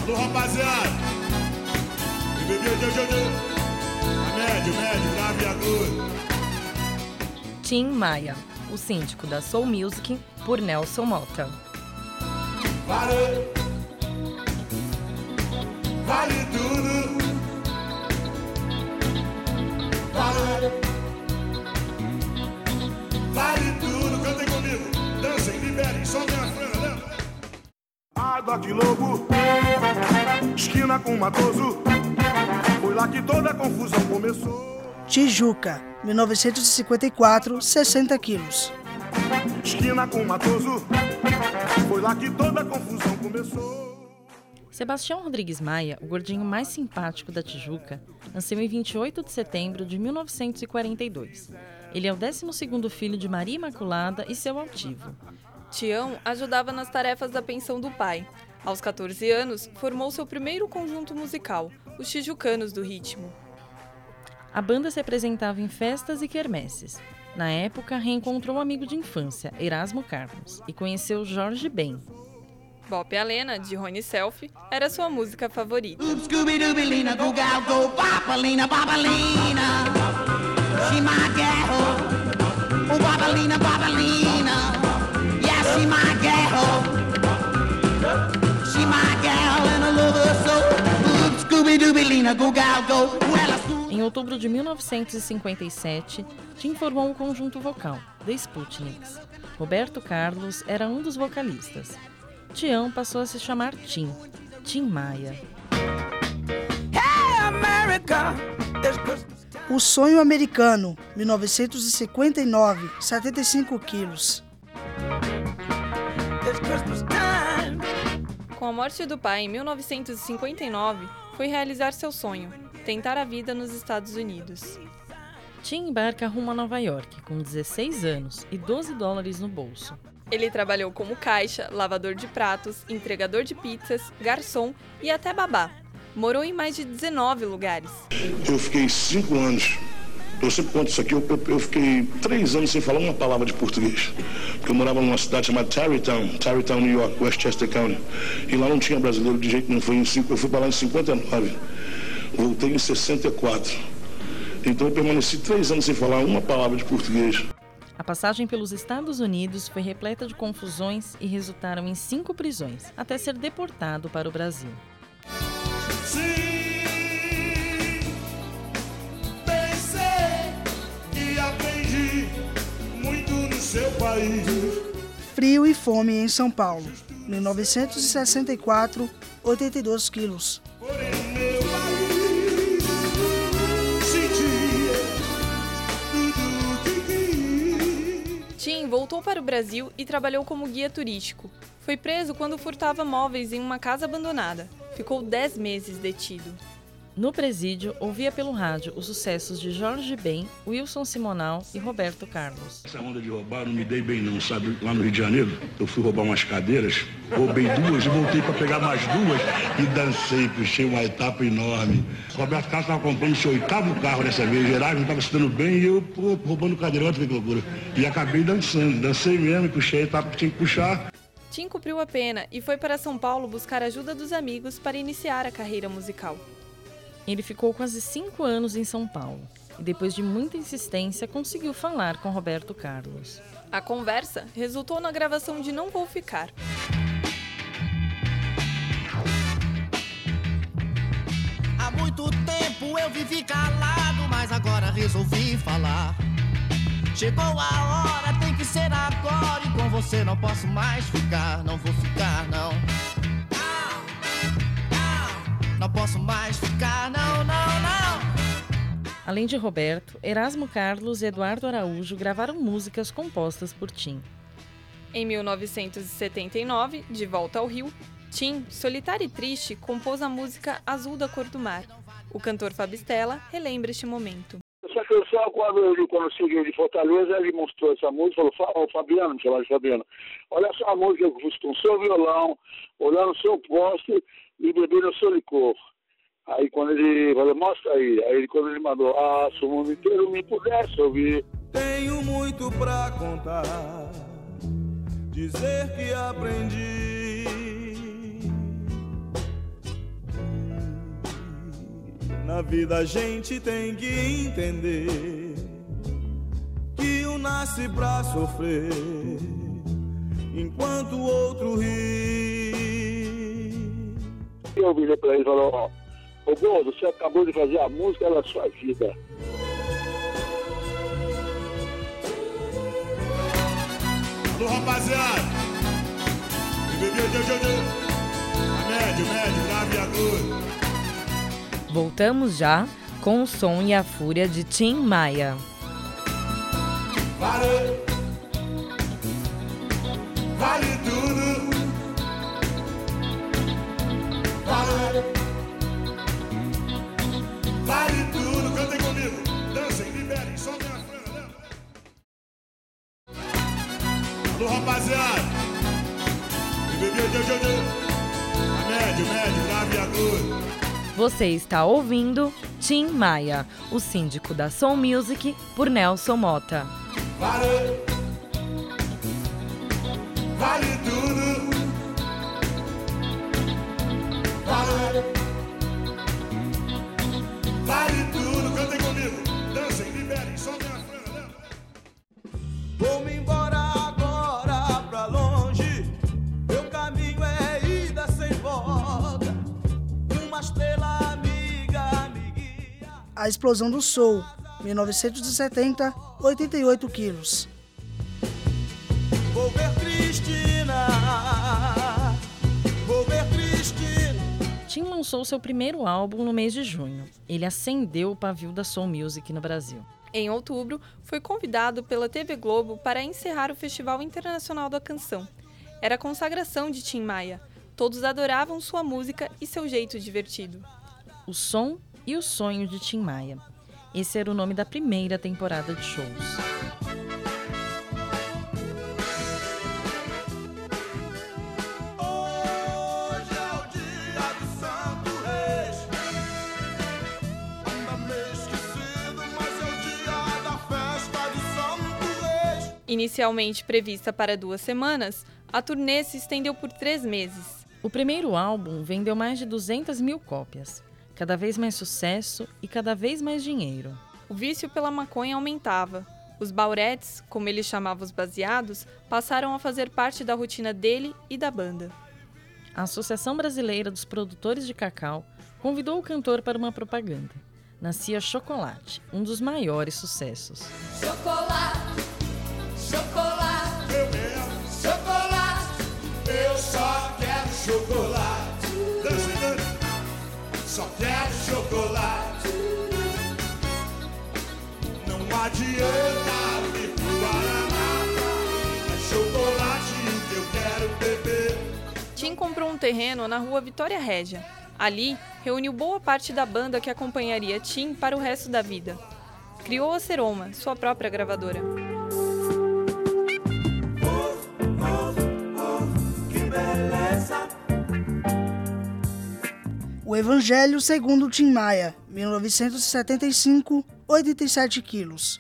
Alô, rapaziada. Médio, grave a glória. Tim Maia, o síndico da Soul Music, por Nelson Mota. Vale tudo. Vale tudo. Cantem comigo. Dancem, liberem, soltem a frana, lembra? Água de Lobo, esquina com Matoso, foi lá que toda a confusão começou. Tijuca, 1954, 60 quilos. Esquina com Matoso, foi lá que toda a confusão começou. Sebastião Rodrigues Maia, o gordinho mais simpático da Tijuca, nasceu em 28 de setembro de 1942. Ele é o 12º filho de Maria Imaculada e seu altivo. Tião ajudava nas tarefas da pensão do pai. Aos 14 anos, formou seu primeiro conjunto musical, os Tijucanos do Ritmo. A banda se apresentava em festas e quermesses. Na época, reencontrou um amigo de infância, Erasmo Carlos, e conheceu Jorge Ben. Bop Alena, de Rony Self, era sua música favorita. Em outubro de 1957, Tim formou o conjunto vocal, The Sputniks. Roberto Carlos era um dos vocalistas. Tião passou a se chamar Tim Maia. O Sonho Americano, 1959, 75 quilos. Com a morte do pai em 1959, foi realizar seu sonho, tentar a vida nos Estados Unidos. Tim embarca rumo a Nova York, com 16 anos e $12 no bolso. Ele trabalhou como caixa, lavador de pratos, entregador de pizzas, garçom e até babá. Morou em mais de 19 lugares. Eu fiquei 5 anos, eu sempre conto isso aqui, eu fiquei 3 anos sem falar uma palavra de português. Porque eu morava numa cidade chamada Tarrytown, New York, Westchester County. E lá não tinha brasileiro de jeito nenhum, eu fui para lá em 59, voltei em 64. Então eu permaneci 3 anos sem falar uma palavra de português. A passagem pelos Estados Unidos foi repleta de confusões e resultaram em 5 prisões, até ser deportado para o Brasil. Sim, pensei e aprendi muito no seu país. Frio e fome em São Paulo, 1964, 82 quilos. Porém, meu país sentia tudo que quis. Tim voltou para o Brasil e trabalhou como guia turístico. Foi preso quando furtava móveis em uma casa abandonada. Ficou 10 meses detido. No presídio, ouvia pelo rádio os sucessos de Jorge Ben, Wilson Simonal e Roberto Carlos. Essa onda de roubar eu não me dei bem não, sabe? Lá no Rio de Janeiro, eu fui roubar umas cadeiras, roubei 2 e voltei para pegar mais 2 e dancei, puxei uma etapa enorme. Roberto Carlos estava comprando seu 8º carro dessa vez, Gerardo estava se dando bem e eu roubando cadeira, olha que loucura. E acabei dançando, dancei mesmo, puxei a etapa que tinha que puxar. Tim cumpriu a pena e foi para São Paulo buscar a ajuda dos amigos para iniciar a carreira musical. Ele ficou quase 5 anos em São Paulo e, depois de muita insistência, conseguiu falar com Roberto Carlos. A conversa resultou na gravação de Não Vou Ficar. Há muito tempo eu vivi calado, mas agora resolvi falar. Chegou a hora, tem que ser agora, e com você não posso mais ficar, não vou ficar, não. Não posso mais ficar, não. Além de Roberto, Erasmo Carlos e Eduardo Araújo gravaram músicas compostas por Tim. Em 1979, de volta ao Rio, Tim, solitário e triste, compôs a música Azul da Cor do Mar. O cantor Fabistella relembra este momento. Essa pessoa, quando eu cheguei de Fortaleza, ele mostrou essa música, falou, Fabiano, me chamava de Fabiano, olha só a música que eu fiz com o seu violão, olhando o seu poste e bebendo o seu licor. Aí quando ele falou, mostra aí quando ele mandou, se o mundo inteiro me pudesse ouvir. Tenho muito pra contar, dizer que aprendi Na vida a gente tem que entender que um nasce pra sofrer, enquanto o outro ri. Eu virei pra ele e falei, ô Gordo, você acabou de fazer a música da sua vida. Alô, rapaziada. Médio, grave e agudo. Voltamos já com o som e a fúria de Tim Maia. Vale tudo. Vale tudo. Cantem comigo. Dancem, liberem, soltem a franga. Alô, rapaziada. Médio, grave e agudo. Você está ouvindo Tim Maia, o síndico da Soul Music, por Nelson Mota. Vale tudo. Vale tudo. Cantem comigo. Dancem, liberem, soltem a franga. Vou-me embora agora pra longe, meu caminho é ida sem volta. Uma estrela amiga me guia. A explosão do soul, 1970, 88 quilos. Vou ver Cristina, vou ver Cristina. Tim lançou seu primeiro álbum no mês de junho. Ele acendeu o pavio da Soul Music no Brasil. Em outubro, foi convidado pela TV Globo para encerrar o Festival Internacional da Canção. Era a consagração de Tim Maia. Todos adoravam sua música e seu jeito divertido. O Som e o Sonho de Tim Maia. Esse era o nome da primeira temporada de shows. Hoje é o dia do Santo Reis. Anda meio esquecido, mas é o dia da festa do Santo Reis. Inicialmente prevista para 2 semanas, a turnê se estendeu por 3 meses. O primeiro álbum vendeu mais de 200 mil cópias. Cada vez mais sucesso e cada vez mais dinheiro. O vício pela maconha aumentava. Os bauretes, como ele chamava os baseados, passaram a fazer parte da rotina dele e da banda. A Associação Brasileira dos Produtores de Cacau convidou o cantor para uma propaganda. Nascia Chocolate, um dos maiores sucessos. Chocolate, chocolate, Eu quero chocolate. Eu só quero chocolate. Dancem. Só quero chocolate. Não adianta vir pro Guaraná. É chocolate que eu quero beber. Tim comprou um terreno na rua Vitória Régia. Ali, reuniu boa parte da banda que acompanharia Tim para o resto da vida. Criou a Seroma, sua própria gravadora. Que beleza. O Evangelho segundo Tim Maia, 1975, 87 quilos.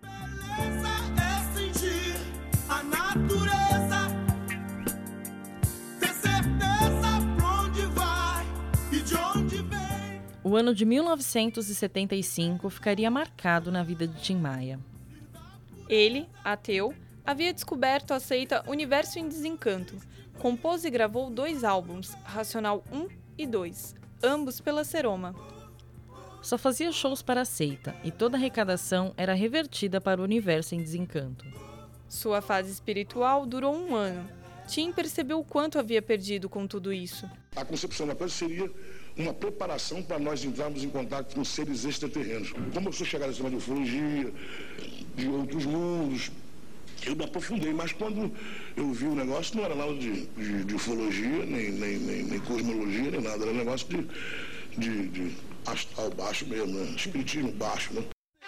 É sentir a natureza, ter certeza pra onde vai e de onde vem. O ano de 1975 ficaria marcado na vida de Tim Maia. Ele, ateu, havia descoberto a seita Universo em Desencanto. Compôs e gravou 2 álbuns, Racional 1 e 2, ambos pela Seroma. Só fazia shows para a seita e toda a arrecadação era revertida para o Universo em Desencanto. Sua fase espiritual durou 1 ano. Tim percebeu o quanto havia perdido com tudo isso. A concepção da coisa seria uma preparação para nós entrarmos em contato com seres extraterrenos. Como eu sou chegado em cima de ufologia, de outros mundos, eu me aprofundei, mas quando eu vi o negócio não era nada de ufologia, nem cosmologia, nem nada, era um negócio de astral baixo mesmo, né? Espiritismo baixo, né?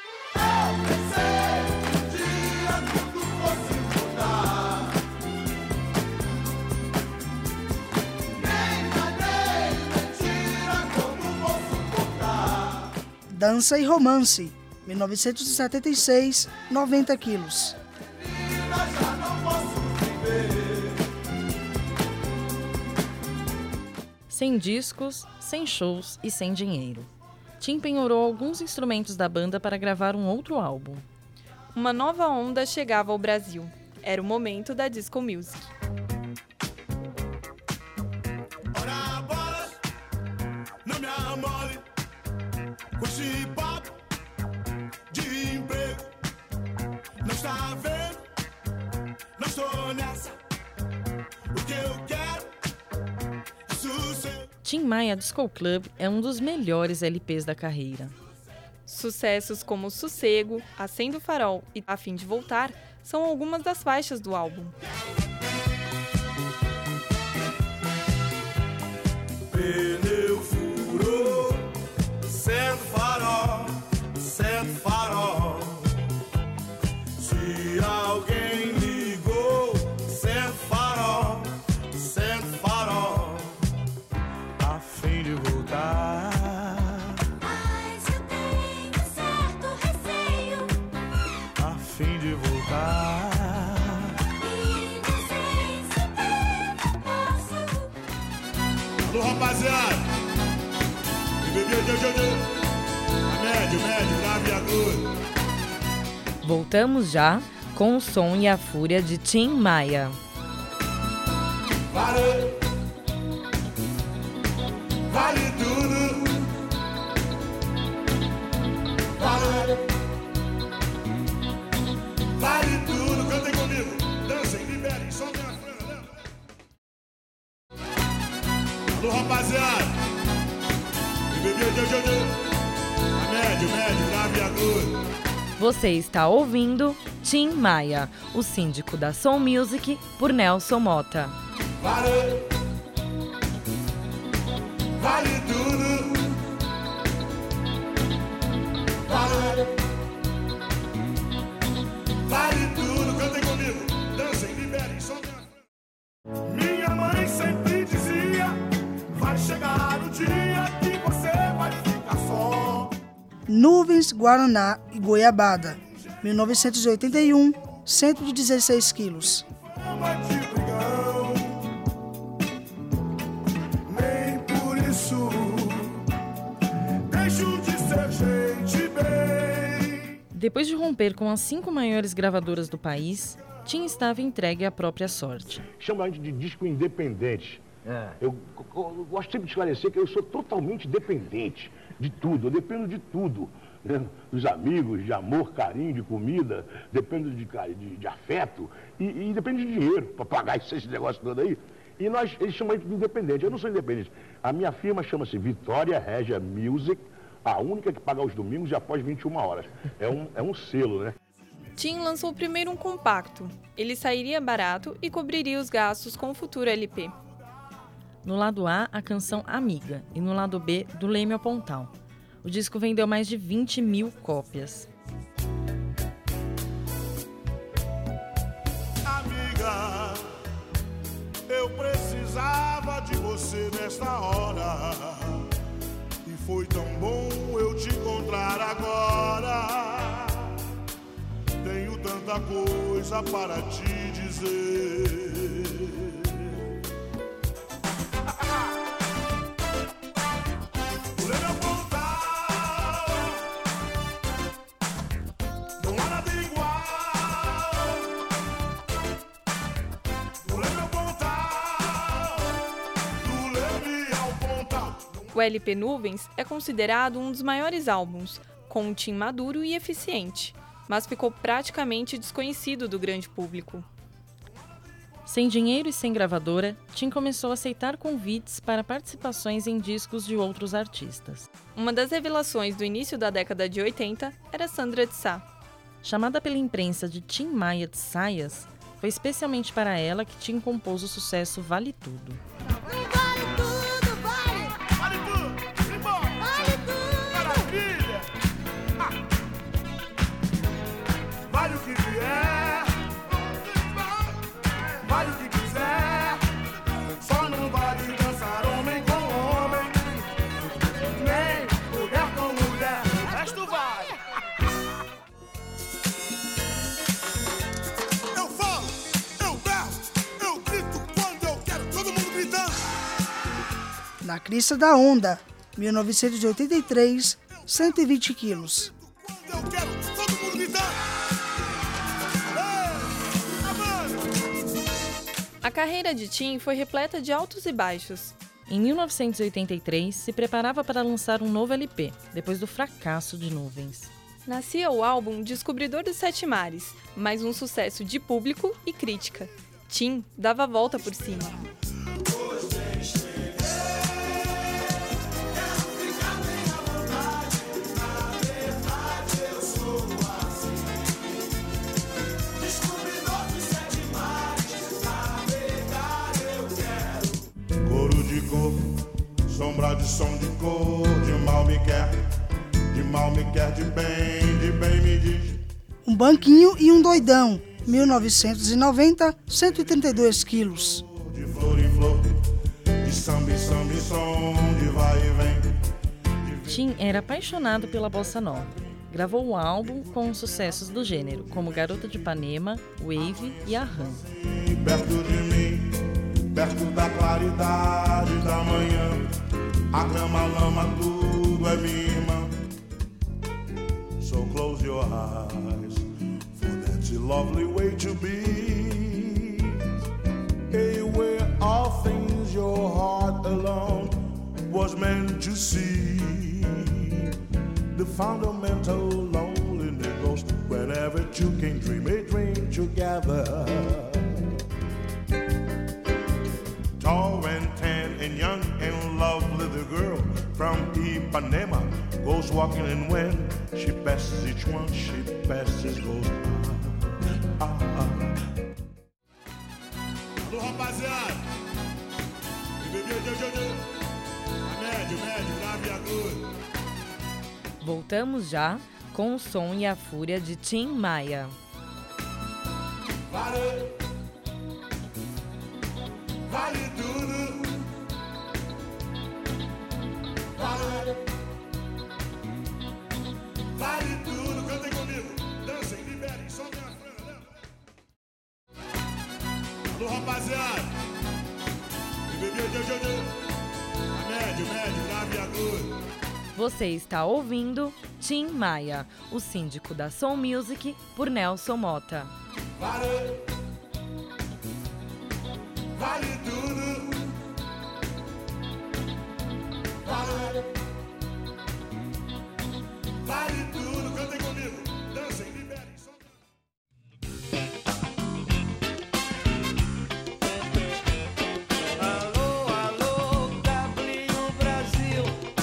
Dança e Romance, 1976, 90 quilos. Sem discos, sem shows e sem dinheiro. Tim penhorou alguns instrumentos da banda para gravar um outro álbum. Uma nova onda chegava ao Brasil. Era o momento da disco music. Ora bola, não me amole, com esse papo de emprego. Não está vendo, não estou nessa. O que eu quero é sucesso. Tim Maia Disco Club é um dos melhores LPs da carreira. Sucessos como Sossego, Acenda o Farol e A Fim de Voltar são algumas das faixas do álbum. Pneu furou, sendo farol, sendo farol. Se alguém ligou, sendo farol, sendo farol. A fim de voltar. Mas eu tenho certo receio A fim de voltar. e não sei se eu posso. Alô, rapaziada! E bebê, a médio, grave e agudo. Voltamos já com o som e a fúria de Tim Maia. Vale, vale tudo. Vale, vale tudo. Cantem comigo. Dancem, liberem, soltem a franga. Alô, rapaziada. E bebê, a médio, grave e agudo. Você está ouvindo Tim Maia, o síndico da Soul Music, por Nelson Mota. Vale, vale tudo. Vale, vale tudo. Cantem comigo. Dancem, liberem, soltem a franga. Minha mãe sempre dizia: vai chegar o dia que você vai ficar só. Nuvens, Guaraná e Goiabada, 1981, 116 quilos. Ama de brigão, nem por isso deixo de ser gente bem. Depois de romper com as 5 maiores gravadoras do país, Tim estava entregue à própria sorte. Chama a gente de disco independente. Eu gosto sempre de esclarecer que eu sou totalmente dependente de tudo, eu dependo de tudo. Né? Dos amigos, de amor, carinho, de comida, dependo de afeto e depende de dinheiro para pagar esse negócio todo aí. E eles chamam a gente de independente. Eu não sou independente. A minha firma chama-se Vitória Regia Music, a única que paga os domingos e após 21 horas. É um selo, né? Tim lançou primeiro um compacto. Ele sairia barato e cobriria os gastos com o futuro LP. No lado A, a canção Amiga, e no lado B, do Leme ao Pontal. O disco vendeu mais de 20 mil cópias. Amiga, eu precisava de você nesta hora. E foi tão bom eu te encontrar agora. Tenho tanta coisa para te dizer. O LP Nuvens é considerado um dos maiores álbuns, com um Tim maduro e eficiente, mas ficou praticamente desconhecido do grande público. Sem dinheiro e sem gravadora, Tim começou a aceitar convites para participações em discos de outros artistas. Uma das revelações do início da década de 80 era Sandra de Sá. Chamada pela imprensa de Tim Maia de Saias, foi especialmente para ela que Tim compôs o sucesso Vale Tudo. Na crista da onda, 1983, 120 quilos. Eu quero todo mundo gritar. A carreira de Tim foi repleta de altos e baixos. Em 1983, se preparava para lançar um novo LP, depois do fracasso de Nuvens. Nascia o álbum Descobridor dos Sete Mares, mais um sucesso de público e crítica. Tim dava a volta por cima. Couro de cor, sombra de som de cor, de mal me quer de bem me diz. Um banquinho e um doidão, 1990, 132 quilos. De flor em flor, de samba em samba em som, de vai e vem. Tim era apaixonado pela bossa nova. Gravou um álbum com sucessos do gênero, como Garota de Ipanema, Wave e Arran. Perto de mim, perto da claridade da manhã, a grama, a lama, tudo é minha irmã. So close your eyes, for that's a lovely way to be. A way of things your heart alone was meant to see. The fundamental loneliness goes whenever two can dream a dream together. Tall and tan and young and lovely, the girl from Ipanema goes walking, and when she passes each one, she passes, goes Alô, rapaziada. Médio, grave e agudo. Voltamos já com o som e a fúria de Tim Maia. Vale tudo. Vale tudo. Cantem comigo. Dancem, liberem, soltem a frana. Alô, rapaziada. Médio, grave e agudo. Você está ouvindo Tim Maia, o síndico da Soul Music, por Nelson Mota. Vale tudo. Vale tudo. Cantem comigo. Dancem, liberem, soltem. Alô, W Brasil.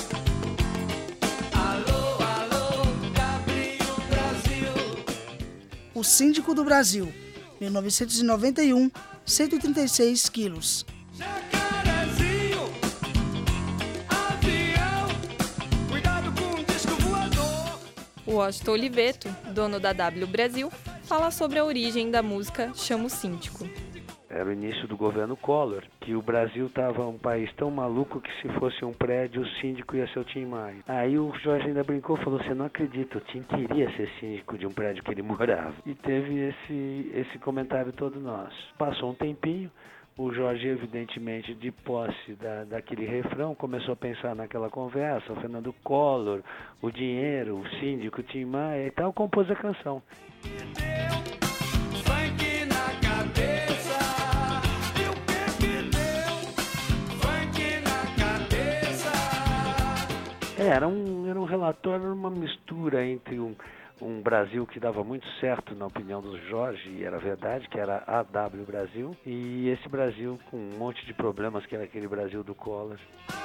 Alô, W Brasil. O Síndico do Brasil, 1991, 136 quilos. Jacarezinho, avião, cuidado com o disco voador. O Washington Oliveto, dono da W Brasil, fala sobre a origem da música Chama o Síndico. Era o início do governo Collor, que o Brasil estava um país tão maluco que se fosse um prédio, o síndico ia ser o Tim Maia. Aí o Jorge ainda brincou, falou, você não acredita, o Tim queria ser síndico de um prédio que ele morava. E teve esse comentário todo nosso. Passou um tempinho, o Jorge, evidentemente, de posse daquele refrão, começou a pensar naquela conversa, o Fernando Collor, o dinheiro, o síndico, o Tim Maia e tal, compôs a canção. Funk na cabeça, e o que deu? Funk na cabeça. Era um relatório, uma mistura entre um Brasil que dava muito certo na opinião do Jorge, e era verdade, que era a W Brasil, e esse Brasil com um monte de problemas, que era aquele Brasil do Collor.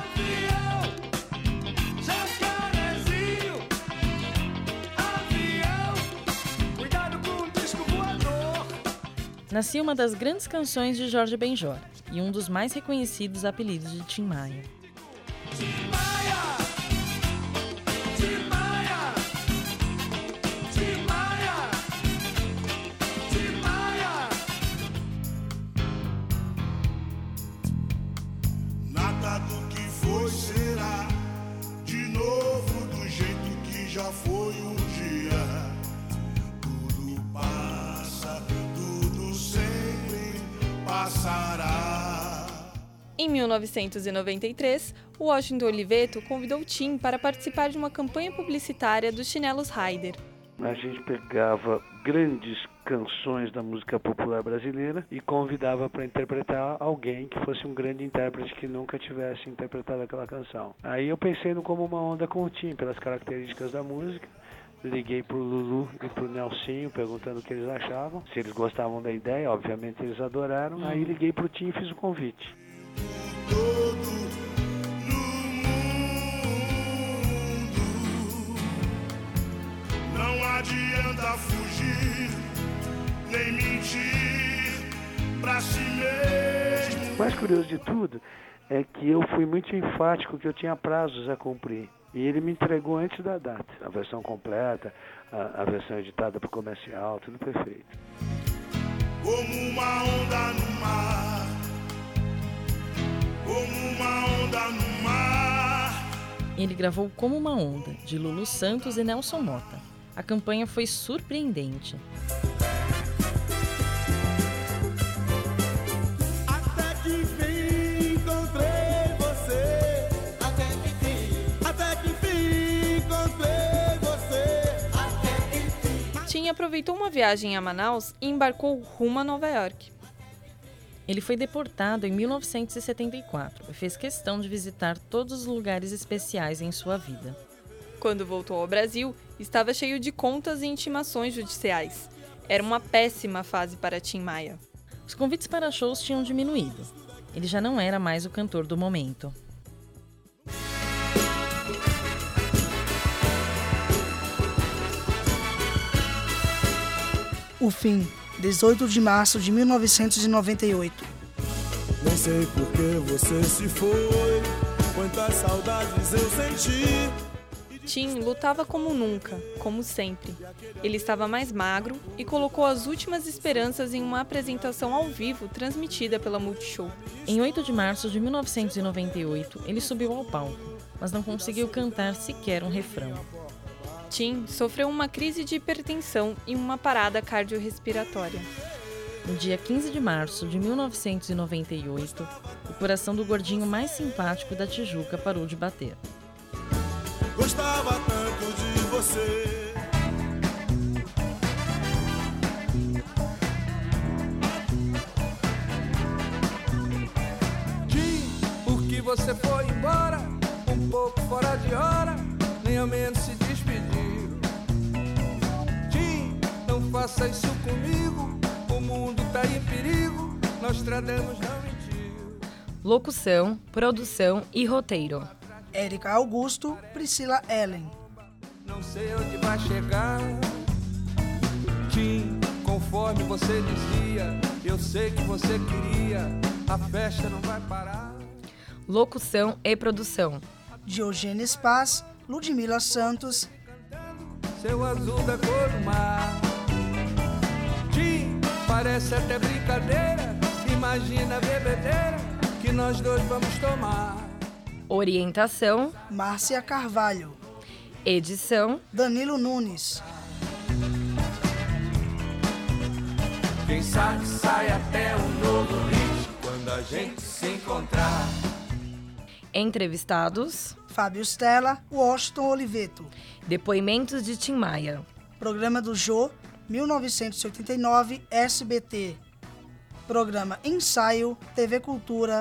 Jacarezinho, avião, cuidado com o disco voador. Nascia uma das grandes canções de Jorge Benjor e um dos mais reconhecidos apelidos de Tim Maia. Tim Maia, Tim Maia, Tim Maia, Tim Maia. Nada do que foi será de novo do jeito que já foi um dia. Tudo passa, tudo sempre passará. Em 1993, o Washington Oliveto convidou Tim para participar de uma campanha publicitária dos chinelos Raider. A gente pegava grandes canções da música popular brasileira e convidava para interpretar alguém que fosse um grande intérprete que nunca tivesse interpretado aquela canção. Aí eu pensei no Como Uma Onda com o Tim, pelas características da música. Liguei pro Lulu e pro Nelsinho perguntando o que eles achavam, se eles gostavam da ideia, obviamente eles adoraram. Aí liguei pro Tim e fiz o convite. Não adianta fugir, nem mentir pra si mesmo. O mais curioso de tudo é que eu fui muito enfático que eu tinha prazos a cumprir. E ele me entregou antes da data. A versão completa, a versão editada para o comercial, tudo perfeito. Como uma onda no mar, como uma onda no mar. Ele gravou Como Uma Onda, de Lulu Santos e Nelson Mota. A campanha foi surpreendente. Até que enfim encontrei você. Até que enfim encontrei você. Até que enfim. Tim aproveitou uma viagem a Manaus e embarcou rumo a Nova York. Ele foi deportado em 1974 e fez questão de visitar todos os lugares especiais em sua vida. Quando voltou ao Brasil, estava cheio de contas e intimações judiciais. Era uma péssima fase para Tim Maia. Os convites para shows tinham diminuído. Ele já não era mais o cantor do momento. O fim, 18 de março de 1998. Nem sei por que você se foi. Quantas saudades eu senti. Tim lutava como nunca, como sempre. Ele estava mais magro e colocou as últimas esperanças em uma apresentação ao vivo transmitida pela Multishow. Em 8 de março de 1998, ele subiu ao palco, mas não conseguiu cantar sequer um refrão. Tim sofreu uma crise de hipertensão e uma parada cardiorrespiratória. No dia 15 de março de 1998, o coração do gordinho mais simpático da Tijuca parou de bater. Gostava tanto de você. Tim, por que você foi embora? Um pouco fora de hora, nem ao menos se despediu. Tim, não faça isso comigo. O mundo tá em perigo. Nostradamus não mentiu. Locução, produção e roteiro: Érica Augusto, Priscila Ellen. Não sei onde vai chegar. Tim, conforme você dizia, eu sei que você queria. A festa não vai parar. Locução e produção: Diogênes Paz, Ludmila Santos. Seu azul da cor do mar. Tim, parece até brincadeira. Imagina a bebedeira que nós dois vamos tomar. Orientação: Márcia Carvalho. Edição: Danilo Nunes. Quem sabe sai até um novo hit quando a gente se encontrar. Entrevistados: Fábio Stella, Washington Oliveto. Depoimentos de Tim Maia. Programa do Jô, 1989, SBT. Programa Ensaio, TV Cultura,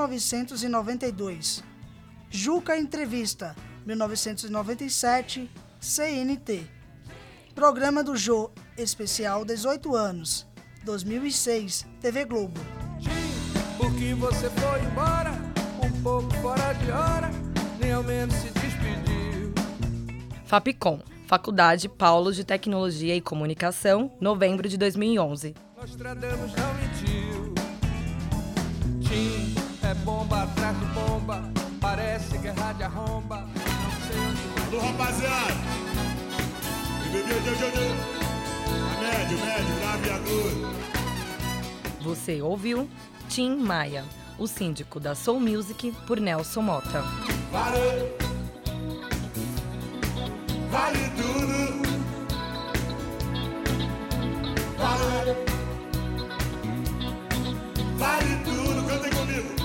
1992. Juca Entrevista, 1997, CNT. Programa do Jô, especial 18 anos, 2006, TV Globo. Por que você foi embora? Um pouco fora de hora, nem ao menos se despediu. Fapcom, Faculdade Paulo de Tecnologia e Comunicação, novembro de 2011. Nostradamus não mentiu. Tim, é bomba atrás de bomba, parece guerra de arromba. Não sei onde. Alô, rapaziada! Médio, grave e agudo. Você ouviu Tim Maia, o síndico da Soul Music, por Nelson Mota. Vale tudo. Vale tudo, cantem comigo.